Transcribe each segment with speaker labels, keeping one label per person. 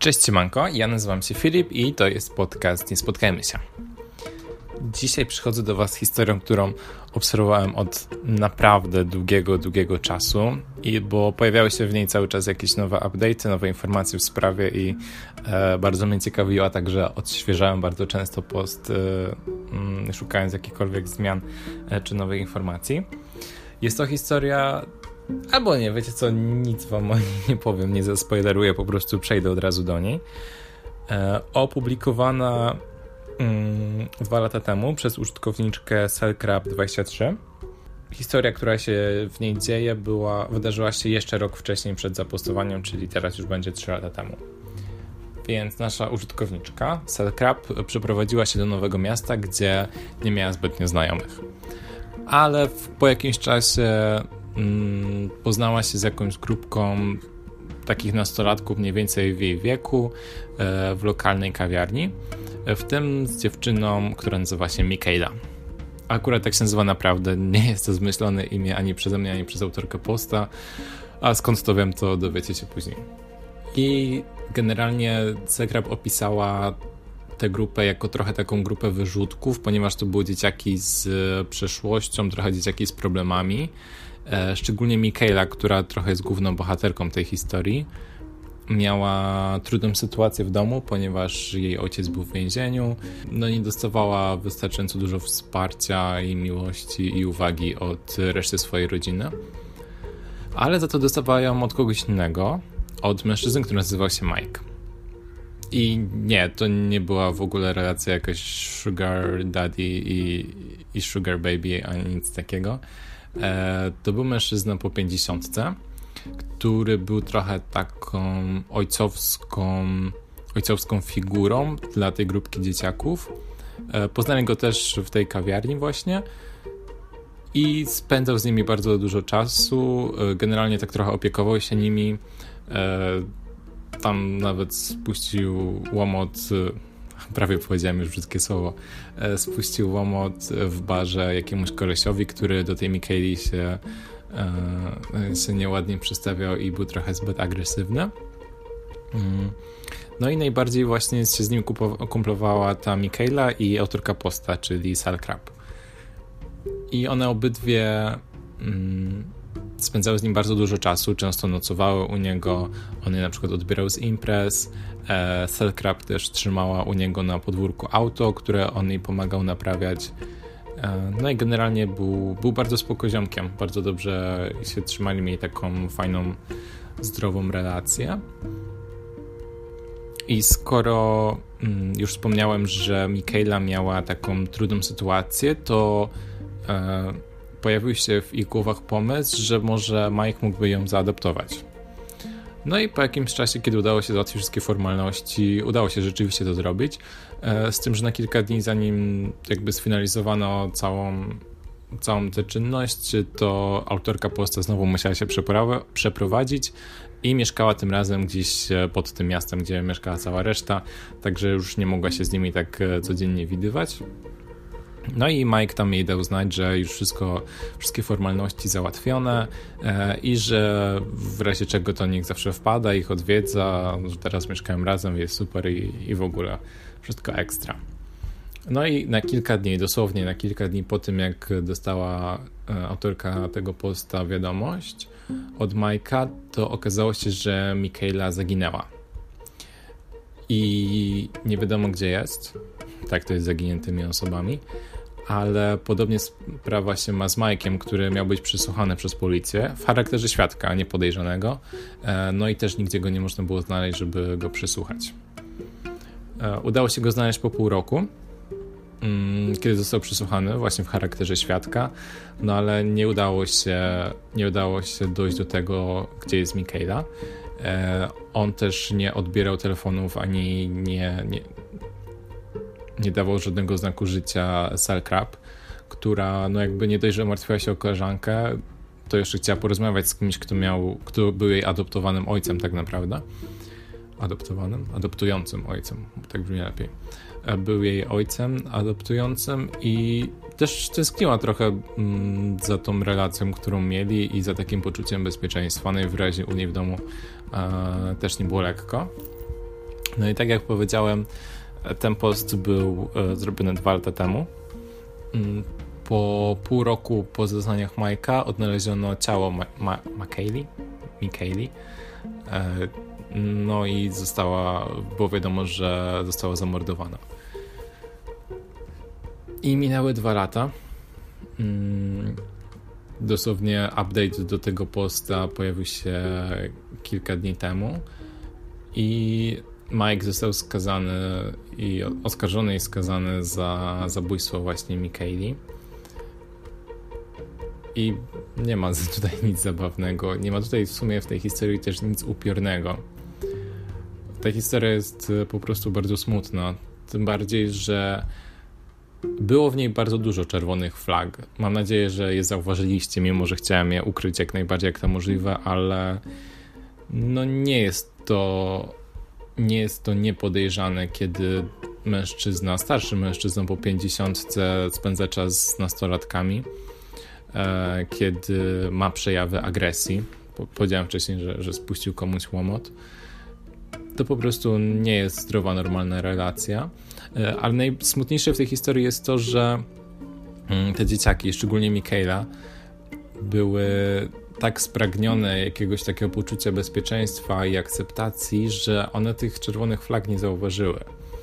Speaker 1: Cześć siemanko, ja nazywam się Filip i to jest podcast Nie Spotkajmy się. Dzisiaj przychodzę do Was z historią, którą obserwowałem od naprawdę długiego czasu, bo pojawiały się w niej cały czas jakieś nowe update'y, nowe informacje w sprawie i bardzo mnie ciekawiła, także odświeżałem bardzo często post, szukając jakichkolwiek zmian czy nowych informacji. Jest to historia, albo nie, wiecie co, nic wam nie powiem, nie zaspoileruję, po prostu przejdę od razu do niej. Opublikowana 2 lata temu przez użytkowniczkę Cellcrab23. Historia, która się w niej dzieje, wydarzyła się jeszcze rok wcześniej przed zapostowaniem, czyli teraz już będzie 3 lata temu. Więc nasza użytkowniczka Cellcrab przeprowadziła się do nowego miasta, gdzie nie miała zbytnio znajomych. Ale po jakimś czasie poznała się z jakąś grupką takich nastolatków mniej więcej w jej wieku w lokalnej kawiarni, w tym z dziewczyną, która nazywa się Mikaela. Akurat tak się nazywa naprawdę, nie jest to zmyślone imię ani przeze mnie, ani przez autorkę posta, a skąd to wiem, to dowiecie się później. I generalnie Cellcrab opisała tę grupę jako trochę taką grupę wyrzutków, ponieważ to były dzieciaki z przeszłością, trochę dzieciaki z problemami. Szczególnie Mikaela, która trochę jest główną bohaterką tej historii, miała trudną sytuację w domu, ponieważ jej ojciec był w więzieniu, nie dostawała wystarczająco dużo wsparcia i miłości i uwagi od reszty swojej rodziny, ale za to dostawała ją od kogoś innego, od mężczyzny, który nazywał się Mike. I nie, to nie była w ogóle relacja jakaś sugar daddy i sugar baby, ani nic takiego. To był mężczyzna po 50, który był trochę taką ojcowską figurą dla tej grupki dzieciaków. Poznali go też w tej kawiarni właśnie i spędzał z nimi bardzo dużo czasu. Generalnie tak trochę opiekował się nimi. Tam nawet spuścił łomot, prawie powiedziałem już brzydkie słowo, spuścił łomot w barze jakiemuś kolesiowi, który do tej Mikaeli się nieładnie przedstawiał i był trochę zbyt agresywny. No i najbardziej właśnie się z nim kumplowała ta Mikaela i autorka posta, czyli Cellcrab. I one obydwie spędzały z nim bardzo dużo czasu, często nocowały u niego, on je na przykład odbierał z imprez. Cellcrab też trzymała u niego na podwórku auto, które on jej pomagał naprawiać. No i generalnie był bardzo spoko-ziomkiem, bardzo dobrze się trzymali, mieli taką fajną, zdrową relację. I skoro już wspomniałem, że Mikaela miała taką trudną sytuację, to pojawił się w ich głowach pomysł, że może Mike mógłby ją zaadoptować. No i po jakimś czasie, kiedy udało się załatwić wszystkie formalności, udało się rzeczywiście to zrobić, z tym, że na kilka dni zanim jakby sfinalizowano całą tę czynność, to autorka posta znowu musiała się przeprowadzić i mieszkała tym razem gdzieś pod tym miastem, gdzie mieszkała cała reszta, także już nie mogła się z nimi tak codziennie widywać. No i Mike tam jej dał znać, że już wszystkie formalności załatwione i że w razie czego to niech zawsze wpada, ich odwiedza, że teraz mieszkają razem, jest super i w ogóle wszystko ekstra. No i na kilka dni, dosłownie na kilka dni po tym, jak dostała autorka tego posta wiadomość od Mike'a, to okazało się, że Mikaela zaginęła. I nie wiadomo gdzie jest, tak to jest z zaginiętymi osobami, ale podobnie sprawa się ma z Mike'iem, który miał być przesłuchany przez policję w charakterze świadka, a nie podejrzanego. No i też nigdzie go nie można było znaleźć, żeby go przesłuchać. Udało się go znaleźć po pół roku, kiedy został przesłuchany właśnie w charakterze świadka, no ale nie udało się dojść do tego, gdzie jest Mikaela. On też nie odbierał telefonów, ani nie dawał żadnego znaku życia Cellcrab, która jakby nie dość, że martwiła się o koleżankę, to jeszcze chciała porozmawiać z kimś, kto był jej adoptowanym ojcem tak naprawdę. Adoptującym ojcem, tak brzmi lepiej. Był jej ojcem adoptującym i też tęskniła trochę za tą relacją, którą mieli i za takim poczuciem bezpieczeństwa. Najwyraźniej u niej w domu też nie było lekko. No i tak jak powiedziałem, ten post był zrobiony 2 lata temu. Po pół roku po zeznaniach Mike'a odnaleziono ciało Michaeli. No i było wiadomo, że została zamordowana. I minęły 2 lata. Dosłownie update do tego posta pojawił się kilka dni temu i Mike został skazany i oskarżony i skazany za zabójstwo właśnie Michaeli. I nie ma tutaj nic zabawnego, nie ma tutaj w sumie w tej historii też nic upiornego. Ta historia jest po prostu bardzo smutna, tym bardziej, że było w niej bardzo dużo czerwonych flag. Mam nadzieję, że je zauważyliście, mimo że chciałem je ukryć jak najbardziej jak to możliwe, ale no nie jest to niepodejrzane, kiedy mężczyzna, starszy mężczyzna po 50 spędza czas z nastolatkami, kiedy ma przejawy agresji. Powiedziałem wcześniej, że spuścił komuś łomot. To po prostu nie jest zdrowa, normalna relacja. Ale najsmutniejsze w tej historii jest to, że te dzieciaki, szczególnie Michaela, były tak spragnione jakiegoś takiego poczucia bezpieczeństwa i akceptacji, że one tych czerwonych flag nie zauważyły.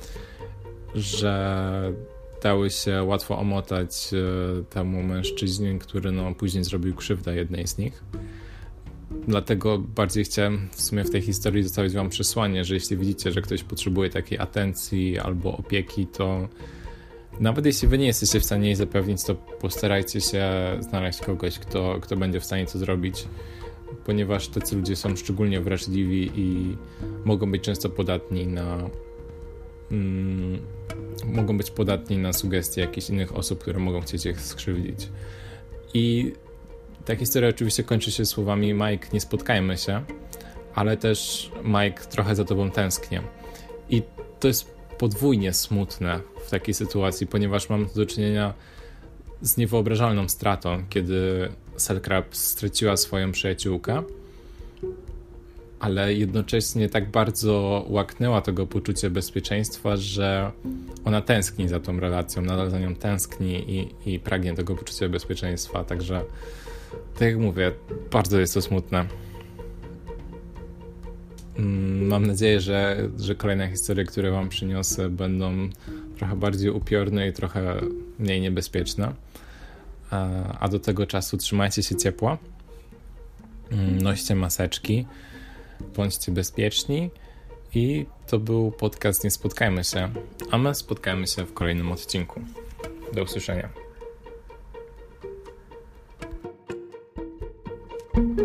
Speaker 1: Że dały się łatwo omotać temu mężczyźnie, który później zrobił krzywdę jednej z nich. Dlatego bardziej chciałem w sumie w tej historii zostawić wam przesłanie, że jeśli widzicie, że ktoś potrzebuje takiej atencji albo opieki, to nawet jeśli wy nie jesteście w stanie jej zapewnić, to postarajcie się znaleźć kogoś, kto będzie w stanie to zrobić, ponieważ tacy ludzie są szczególnie wrażliwi i mogą być często podatni na sugestie jakichś innych osób, które mogą chcieć ich skrzywdzić. I ta historia oczywiście kończy się słowami: Mike, nie spotkajmy się, ale też Mike, trochę za tobą tęsknię. I to jest podwójnie smutne w takiej sytuacji, ponieważ mam do czynienia z niewyobrażalną stratą, kiedy Selkrab straciła swoją przyjaciółkę, ale jednocześnie tak bardzo łaknęła tego poczucia bezpieczeństwa, że ona tęskni za tą relacją, nadal za nią tęskni i pragnie tego poczucia bezpieczeństwa, także tak jak mówię, bardzo jest to smutne. Mam nadzieję, że kolejne historie, które wam przyniosę, będą trochę bardziej upiorne i trochę mniej niebezpieczne. A do tego czasu trzymajcie się ciepło, noście maseczki, bądźcie bezpieczni i to był podcast Nie Spotkajmy się, a my spotkajmy się w kolejnym odcinku. Do usłyszenia.